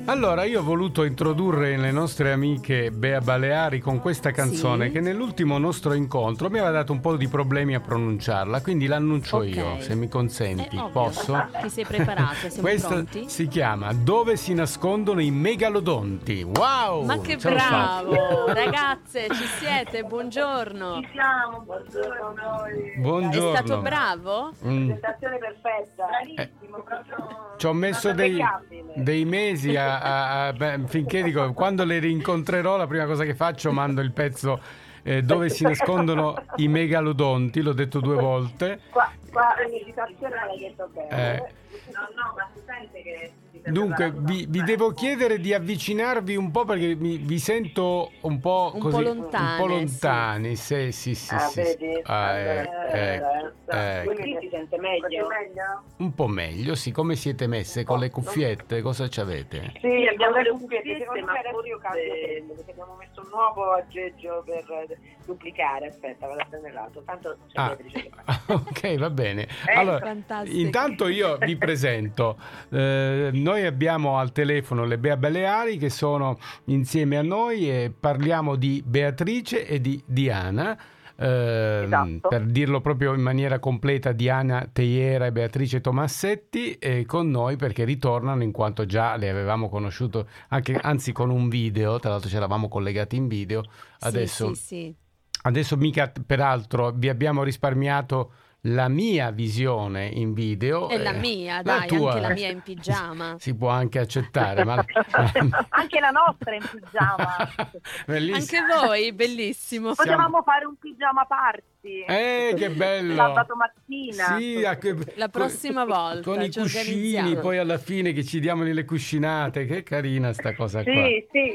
Allora, io ho voluto introdurre le nostre amiche Bea Baleari con questa canzone che nell'ultimo nostro incontro mi aveva dato un po' di problemi a pronunciarla, quindi l'annuncio io, se mi consenti. Ovvio. Posso? Ti sei preparato? Siamo Questa pronti? si chiama Dove si nascondono i megalodonti. Wow! Ma che Ce l'ho fatta. bravo! Ragazze, ci siete? Buongiorno. Ci siamo, buongiorno a noi. Buongiorno. È stato bravo? Presentazione perfetta. Bravissimo, proprio. Ci ho messo dei mesi finché dico, quando le rincontrerò la prima cosa che faccio mando il pezzo dove si nascondono i megalodonti, l'ho detto 2 volte. Qua l'imitazione l'hai detto bene. No, ma si sente che Dunque vi devo chiedere di avvicinarvi un po' perché vi sento un po' Un così, po' lontane, un po' lontani. Sì. vedi? Ecco. Quindi si sente meglio? Un po' meglio, sì. Come siete messe con le cuffiette? Cosa ci avete? Sì, abbiamo le cuffiette, secondo me adesso io cambio quello, perché abbiamo messo un nuovo aggeggio per duplicare. Aspetta, vado a prendere l'altro, tanto c'è Beatrice che fa. Ok, va bene. Allora, Fantastico. intanto io vi presento. Noi abbiamo al telefono le Bea Baleari che sono insieme a noi e parliamo di Beatrice e di Diana. Esatto. Per dirlo proprio in maniera completa, Diana Teiera e Beatrice Tomassetti con noi perché ritornano in quanto già le avevamo conosciuto anzi con un video, tra l'altro ci eravamo collegati in video. Adesso, Sì. adesso mica, peraltro vi abbiamo risparmiato la mia visione in video E la mia, la dai, tua. anche la mia in pigiama. Si può anche accettare, ma Anche la nostra in pigiama. bellissimo. Anche voi, bellissimo. Potevamo fare un pigiama party. Che bello! Sabato mattina. Sì, La prossima volta con i ci cuscini, organizziamo. poi alla fine che ci diamo le cuscinate, che carina sta cosa qua. Sì.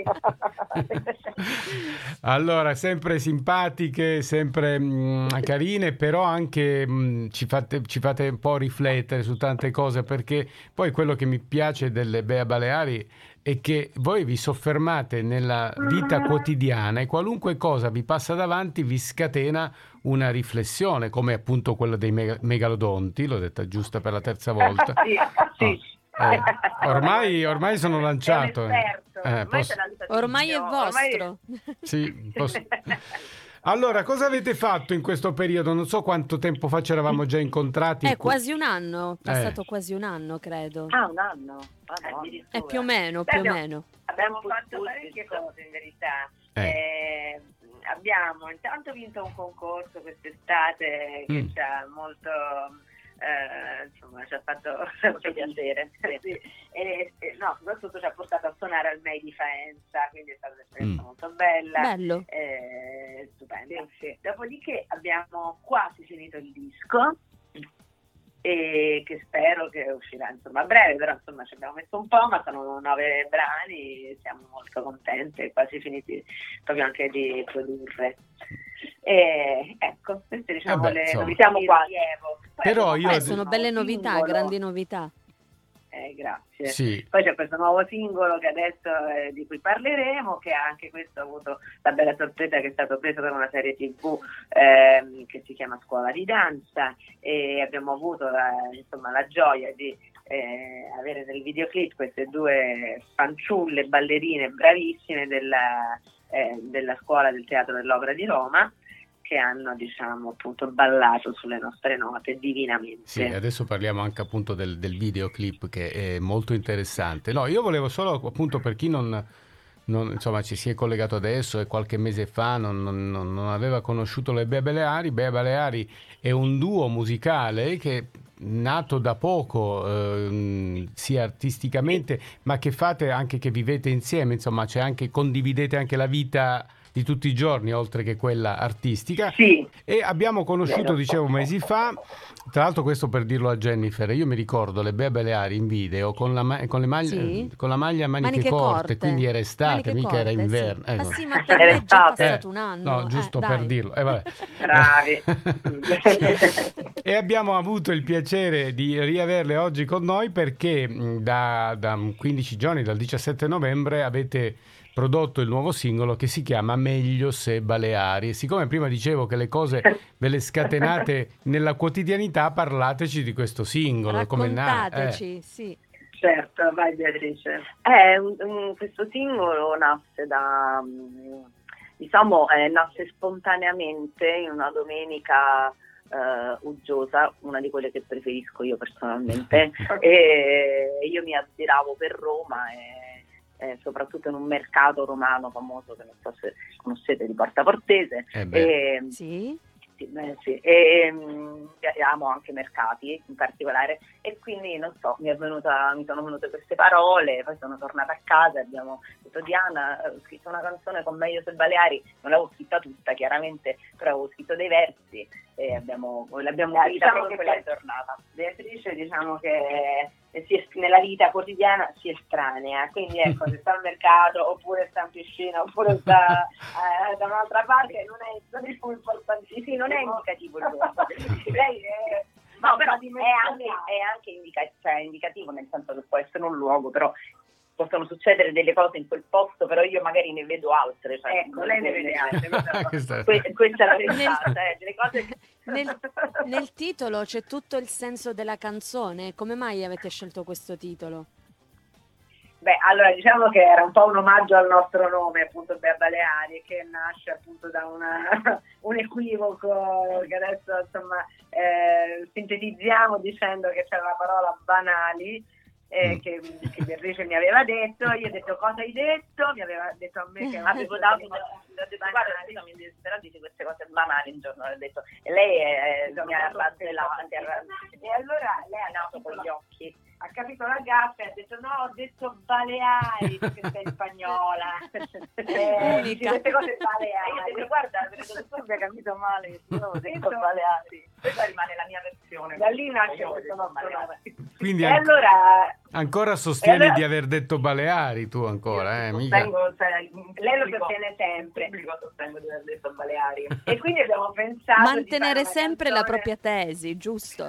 Allora, sempre simpatiche, sempre carine, però anche ci fate un po' riflettere su tante cose, perché poi quello che mi piace delle Bea Baleari è che voi vi soffermate nella vita quotidiana e qualunque cosa vi passa davanti vi scatena una riflessione, come appunto quella dei megalodonti, l'ho detta giusta per la terza volta. Sì. Ormai sono lanciato. Ormai è vostro. Sì, Allora, cosa avete fatto in questo periodo? Non so quanto tempo fa ci eravamo già incontrati. È quasi un anno, passato quasi un anno, credo. Un anno? È più o meno. Abbiamo fatto parecchie cose in verità. Abbiamo intanto vinto un concorso quest'estate che ci ha molto ci ha fatto piacere. No, soprattutto ci ha portato a suonare al May di Faenza, quindi è stata un'esperienza molto bella. Bello. Stupenda. Sì. Dopodiché abbiamo quasi finito il disco e che spero che uscirà a breve, però ci abbiamo messo un po', ma sono 9 brani, siamo molto contenti, quasi finiti proprio anche di produrre. E ecco, queste le novità qua. Però sono belle novità, grandi novità. Grazie. Sì. Poi c'è questo nuovo singolo che adesso di cui parleremo, che anche questo ha avuto la bella sorpresa che è stato preso per una serie TV che si chiama Scuola di Danza, e abbiamo avuto la gioia di avere nel videoclip queste 2 fanciulle ballerine bravissime della scuola del Teatro dell'Opera di Roma, che hanno appunto ballato sulle nostre note divinamente. Sì, adesso parliamo anche appunto del videoclip, che è molto interessante. No, io volevo solo appunto, per chi non insomma ci si è collegato adesso e qualche mese fa non aveva conosciuto le Bea Baleari. Bea Baleari è un duo musicale che nato da poco sia artisticamente, ma che fate anche, che vivete insieme, insomma condividete anche la vita di tutti i giorni oltre che quella artistica. Sì. E abbiamo conosciuto, dicevo, mesi fa, tra l'altro questo per dirlo a Jennifer, io mi ricordo le Bea Baleari in video con la maglia a maniche corte, quindi era estate, mica era inverno. Sì. Ma sì, ma per me è già passato un anno. No, giusto dai. per dirlo. Vabbè. Bravi. E abbiamo avuto il piacere di riaverle oggi con noi perché da 15 giorni, dal 17 novembre, avete prodotto il nuovo singolo che si chiama Meglio se Baleari. E siccome prima dicevo che le cose ve le scatenate nella quotidianità, parlateci di questo singolo. Raccontateci, sì. certo, vai Beatrice. Questo singolo nasce nasce spontaneamente in una domenica uggiosa, una di quelle che preferisco io personalmente. E io mi aggiravo per Roma e soprattutto in un mercato romano famoso che non so se conoscete, di Porta Portese. Sì. Sì. E amo anche mercati in particolare, e quindi non so, mi sono venute queste parole. Poi sono tornata a casa e abbiamo detto: Diana, ho scritto una canzone con Meglio se Baleari, non l'avevo scritta tutta chiaramente, però avevo scritto dei versi e l'abbiamo scritta proprio quella giornata. Beatrice, diciamo che nella vita quotidiana si estranea, quindi ecco, se sta al mercato oppure sta in piscina oppure sta da un'altra parte non è più importantissimo, non è indicativo il luogo. Lei no, però è anche indicativo, nel senso che può essere un luogo, però possono succedere delle cose in quel posto, però io magari ne vedo altre. Ecco, lei ne vede altre. Questa è la verità. Delle cose nel titolo c'è tutto il senso della canzone. Come mai avete scelto questo titolo? Beh, allora diciamo che era un po' un omaggio al nostro nome, appunto Bea Baleari, che nasce appunto da un equivoco che adesso insomma sintetizziamo dicendo che c'era la parola banali, che Beatrice mi aveva detto. Io ho detto: cosa hai detto? Mi aveva detto a me che avevo dato guarda, mi però dice queste cose banali un giorno, ho detto, e lei mi ha raddelato, e allora lei ha nato con gli occhi, ha capito la gaffa e ha detto: no, ho detto Baleari perché sei spagnola. Unica. Queste cose Baleari. Io ho detto: guarda, credo che tu abbia capito male, io ho detto Baleari. Questa rimane la mia versione. Da lì nasce questo nostro nome. Quindi E allora ancora sostieni di aver detto Baleari tu ancora, mica? Lei lo sostiene sempre. Pubblico sostengo di aver detto Baleari. E quindi abbiamo pensato mantenere di fare sempre una la canzone... propria tesi, giusto?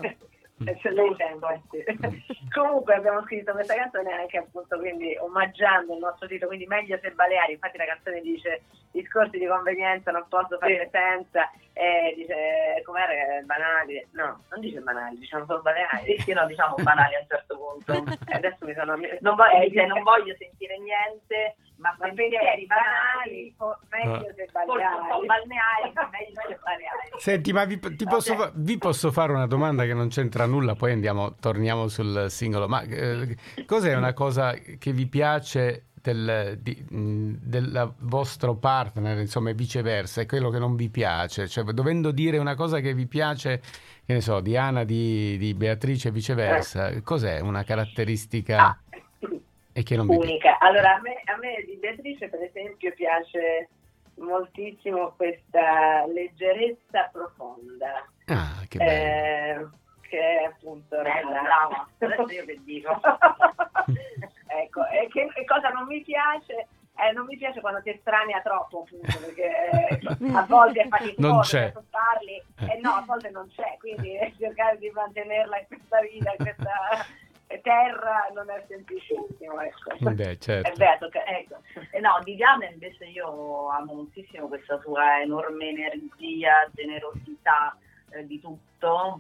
Comunque abbiamo scritto questa canzone anche appunto quindi omaggiando il nostro titolo, quindi Meglio se Baleari. Infatti la canzone dice: discorsi di convenienza non posso farne senza, dice com'era, banali, no, non dice banali, diciamo solo Baleari. Sì, no, diciamo banali a un certo punto. Adesso mi sono non voglio sentire niente, ma pensieri banali, meglio se Baleari, balneari, meglio se Baleari. Senti, ma vi posso fare una domanda che non c'entra nulla, poi torniamo sul singolo. Ma cos'è una cosa che vi piace del vostro partner, insomma, e viceversa, è quello che non vi piace? Cioè, dovendo dire una cosa che vi piace, che ne so, di Ana, di Beatrice e viceversa, cos'è una caratteristica e che non vi piace? Unica. Allora, a me di Beatrice, per esempio, piace moltissimo questa leggerezza profonda. Ah, che bello. Che è appunto brava. Adesso io che dico. Ecco, e cosa non mi piace? Non mi piace quando ti estranea troppo, appunto, perché a volte è faticoso parli, e no, a volte non c'è, quindi cercare di mantenerla in questa vita, in questa terra, non è semplicissimo, ecco. Beh, certo. È vero, ecco. No, di Diana invece io amo moltissimo questa sua enorme energia, generosità di tutto,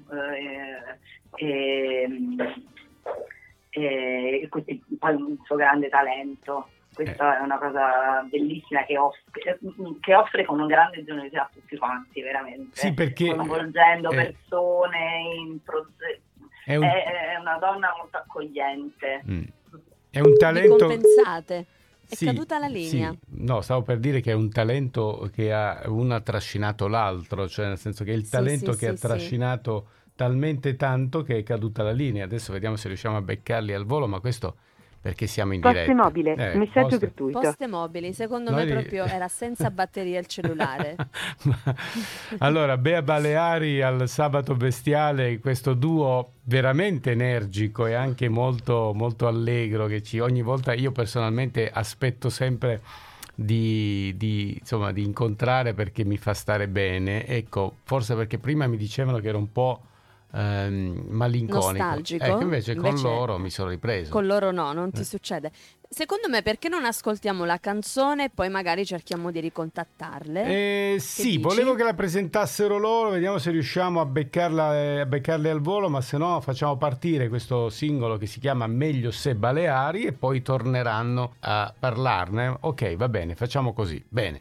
e poi il suo grande talento. Questa è una cosa bellissima che offre con una grande generosità a tutti quanti, veramente. Sì, perché coinvolgendo persone in è una donna molto accogliente. È un talento. Vi compensate. È sì, caduta la linea. Sì. No, stavo per dire che è un talento che uno ha trascinato l'altro, cioè nel senso che è il talento che ha trascinato talmente tanto che è caduta la linea. Adesso vediamo se riusciamo a beccarli al volo, ma questo perché siamo in diretta. Poste mobile, messaggio gratuito. Poste mobili, secondo me proprio era senza batteria il cellulare. Allora, Bea Baleari al Sabato Bestiale, questo duo veramente energico e anche molto, molto allegro che ogni volta io personalmente aspetto sempre di incontrare, perché mi fa stare bene. Ecco, forse perché prima mi dicevano che era un po' malinconico. Nostalgico. Ecco, invece con loro mi sono ripreso. Con loro no, non ti succede. Secondo me perché non ascoltiamo la canzone e poi magari cerchiamo di ricontattarle? Sì, volevo che la presentassero loro, vediamo se riusciamo a beccarle al volo, ma se no facciamo partire questo singolo che si chiama Meglio se Baleari e poi torneranno a parlarne. Ok, va bene, facciamo così. Bene.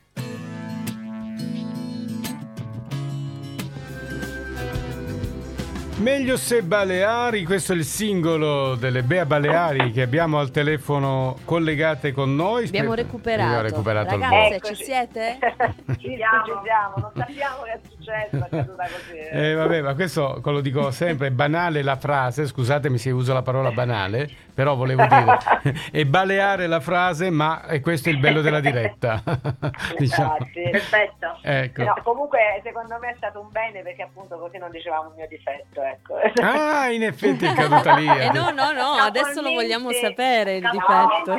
Meglio se Baleari, questo è il singolo delle Bea Baleari che abbiamo al telefono collegate con noi. Abbiamo recuperato Ragazze, ci siete? Ci siamo, non sappiamo che è successo, è caduta così. Vabbè, ma questo lo dico sempre, è banale la frase, scusatemi se uso la parola banale, però volevo dire, è baleare la frase, ma questo è il bello della diretta. Diciamo. Perfetto. Ecco. No, comunque secondo me è stato un bene perché appunto così non dicevamo il mio difetto. Ecco. Ah, in effetti è caduta lì. No, adesso lo vogliamo sapere il difetto.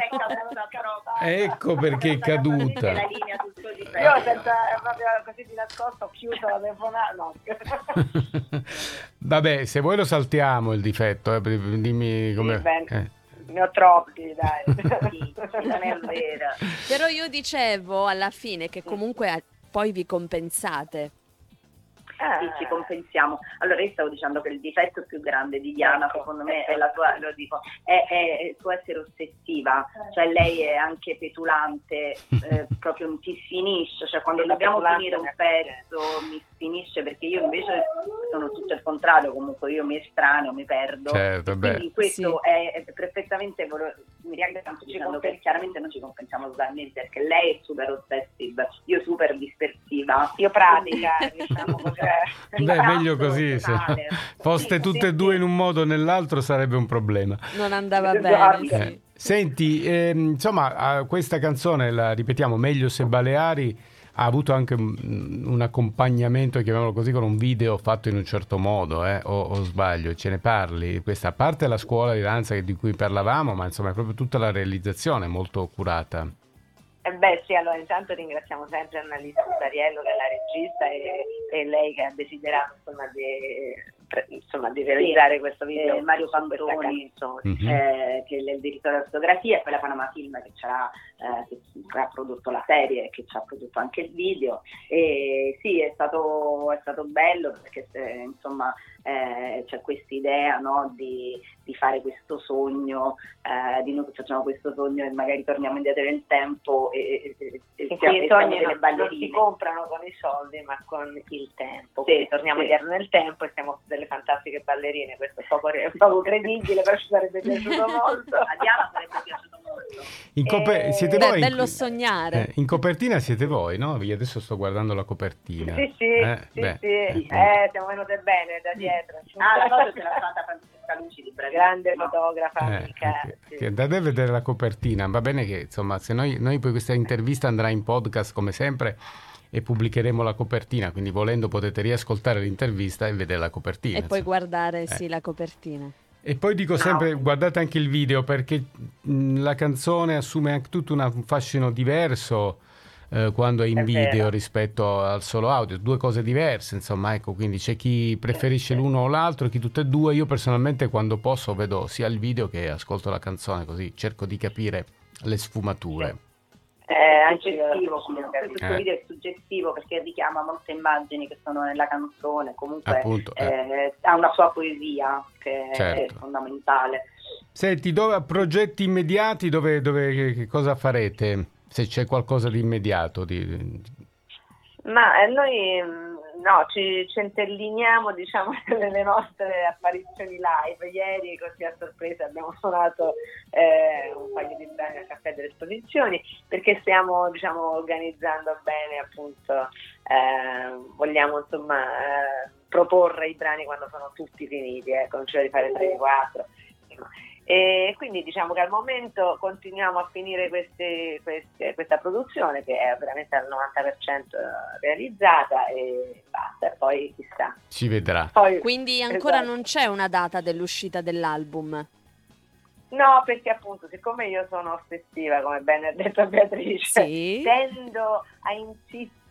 Ecco perché è caduta. La linea sul suo difetto. Io senza proprio così di nascosto ho chiuso la telefonata. No. Vabbè, se vuoi lo saltiamo il difetto, dimmi come. Ne ho troppi, dai. Sì, non è vero. Però io dicevo alla fine che comunque poi vi compensate. Sì, ci compensiamo. Allora io stavo dicendo che il difetto più grande di Diana, secondo me, è la sua, lo dico, è il suo essere ossessiva, cioè lei è anche petulante, proprio mi si finisce, cioè quando dobbiamo finire un pezzo mi finisce, perché io invece sono tutto il contrario, comunque io mi estraneo, mi perdo. Certo, quindi questo è perfettamente, mi rendo tanto dicendo che chiaramente non ci compensiamo totalmente, perché lei è super ossessive, io super dispersiva, io pratica, diciamo così. Beh, meglio così, se foste tutte e due in un modo o nell'altro sarebbe un problema. Non andava bene. Sì. Senti, insomma, questa canzone, la ripetiamo, Meglio se Baleari, ha avuto anche un accompagnamento, chiamiamolo così, con un video fatto in un certo modo, o sbaglio, ce ne parli? Questa, a parte la scuola di danza di cui parlavamo, ma insomma è proprio tutta la realizzazione molto curata. Beh sì, allora intanto ringraziamo sempre Annalisa Stariello che è la regista e lei che ha desiderato di realizzare questo video, Mario Pamperoni che è il direttore della fotografia, e poi la Panama Film che ha prodotto la serie e che ci ha prodotto anche il video. E sì, è stato bello perché insomma c'è questa idea, no, di fare questo sogno, di noi che facciamo questo sogno e magari torniamo indietro nel tempo e i sogni non si comprano con i soldi ma con il tempo, quindi torniamo indietro nel tempo e siamo delle fantastiche ballerine. Questo è poco credibile, però ci sarebbe piaciuto molto. A Diana sarebbe piaciuto molto. Siete voi? È bello sognare. In copertina siete voi, no? Io adesso sto guardando la copertina. Sì. Siamo venute bene da dietro. La foto ce l'ha fatta Francesca Lucidi, grande fotografa, amica. Andate a vedere la copertina. Va bene che insomma, se noi poi questa intervista andrà in podcast come sempre e pubblicheremo la copertina, quindi volendo potete riascoltare l'intervista e vedere la copertina. E poi guardare la copertina. E poi dico sempre, guardate anche il video, perché la canzone assume anche tutto un fascino diverso quando è in video rispetto al solo audio, due cose diverse, insomma, ecco, quindi c'è chi preferisce l'uno o l'altro, chi tutte e due. Io personalmente quando posso vedo sia il video che ascolto la canzone, così cerco di capire le sfumature. È suggestivo, questo video è suggestivo perché richiama molte immagini che sono nella canzone, comunque appunto, ha una sua poesia che è fondamentale. Senti, progetti immediati, che cosa farete? Se c'è qualcosa di immediato? Ma noi ci centelliniamo, diciamo, nelle nostre apparizioni live. Ieri, così a sorpresa, abbiamo suonato un paio di brani al Caffè delle Esposizioni, perché stiamo, diciamo, organizzando bene, appunto, vogliamo insomma proporre i brani quando sono tutti finiti, non ce li fare 3-4. E quindi diciamo che al momento continuiamo a finire questa produzione che è veramente al 90% realizzata e basta, e poi chissà. Si vedrà. Quindi ancora non c'è una data dell'uscita dell'album? No, perché appunto siccome io sono ossessiva, come ben ha detto Beatrice, tendo a insistere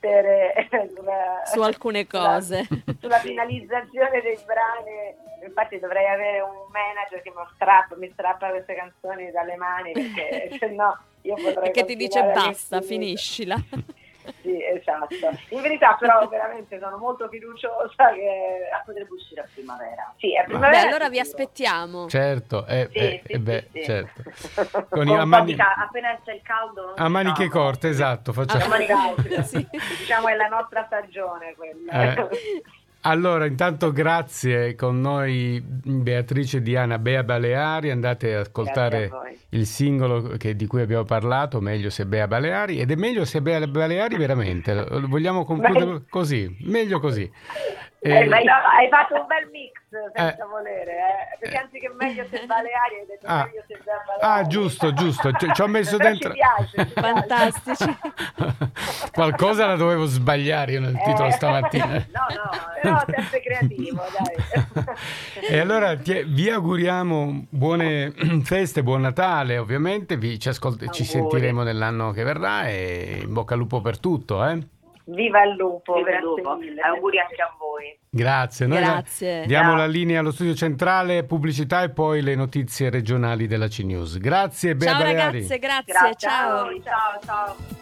riflettere su alcune cose, sulla finalizzazione dei brani. Infatti dovrei avere un manager che mi strappa queste canzoni dalle mani, perché se no io potrei... Che ti dice basta, finiscila. Sì, esatto. In verità però veramente sono molto fiduciosa che potrebbe uscire a primavera. Sì, a primavera. Beh, allora vi aspettiamo. Certo, sì. certo. Appena c'è il caldo. A maniche corte, esatto. Facciamo. A maniche corte, sì. Diciamo è la nostra stagione quella. Allora, intanto grazie con noi Beatrice e Diana Bea Baleari, andate ad ascoltare il singolo di cui abbiamo parlato, Meglio se Bea Baleari, ed è meglio se Bea Baleari veramente, vogliamo concludere così, meglio così. Hai fatto un bel mix senza volere, perché anziché meglio se Baleari hai detto meglio se Bea Baleari. Giusto, ci ho messo dentro. Ci piace. Fantastici. Qualcosa la dovevo sbagliare io nel titolo stamattina. No, sempre creativo, dai. E allora vi auguriamo buone feste, buon Natale, ovviamente, ci sentiremo nell'anno che verrà e in bocca al lupo per tutto, Viva il lupo, auguri anche a voi. Grazie. Noi Grazie. diamo la linea allo studio centrale, pubblicità e poi le notizie regionali della CNews. Grazie Bea Baleari. Ciao ragazze, grazie. Ciao.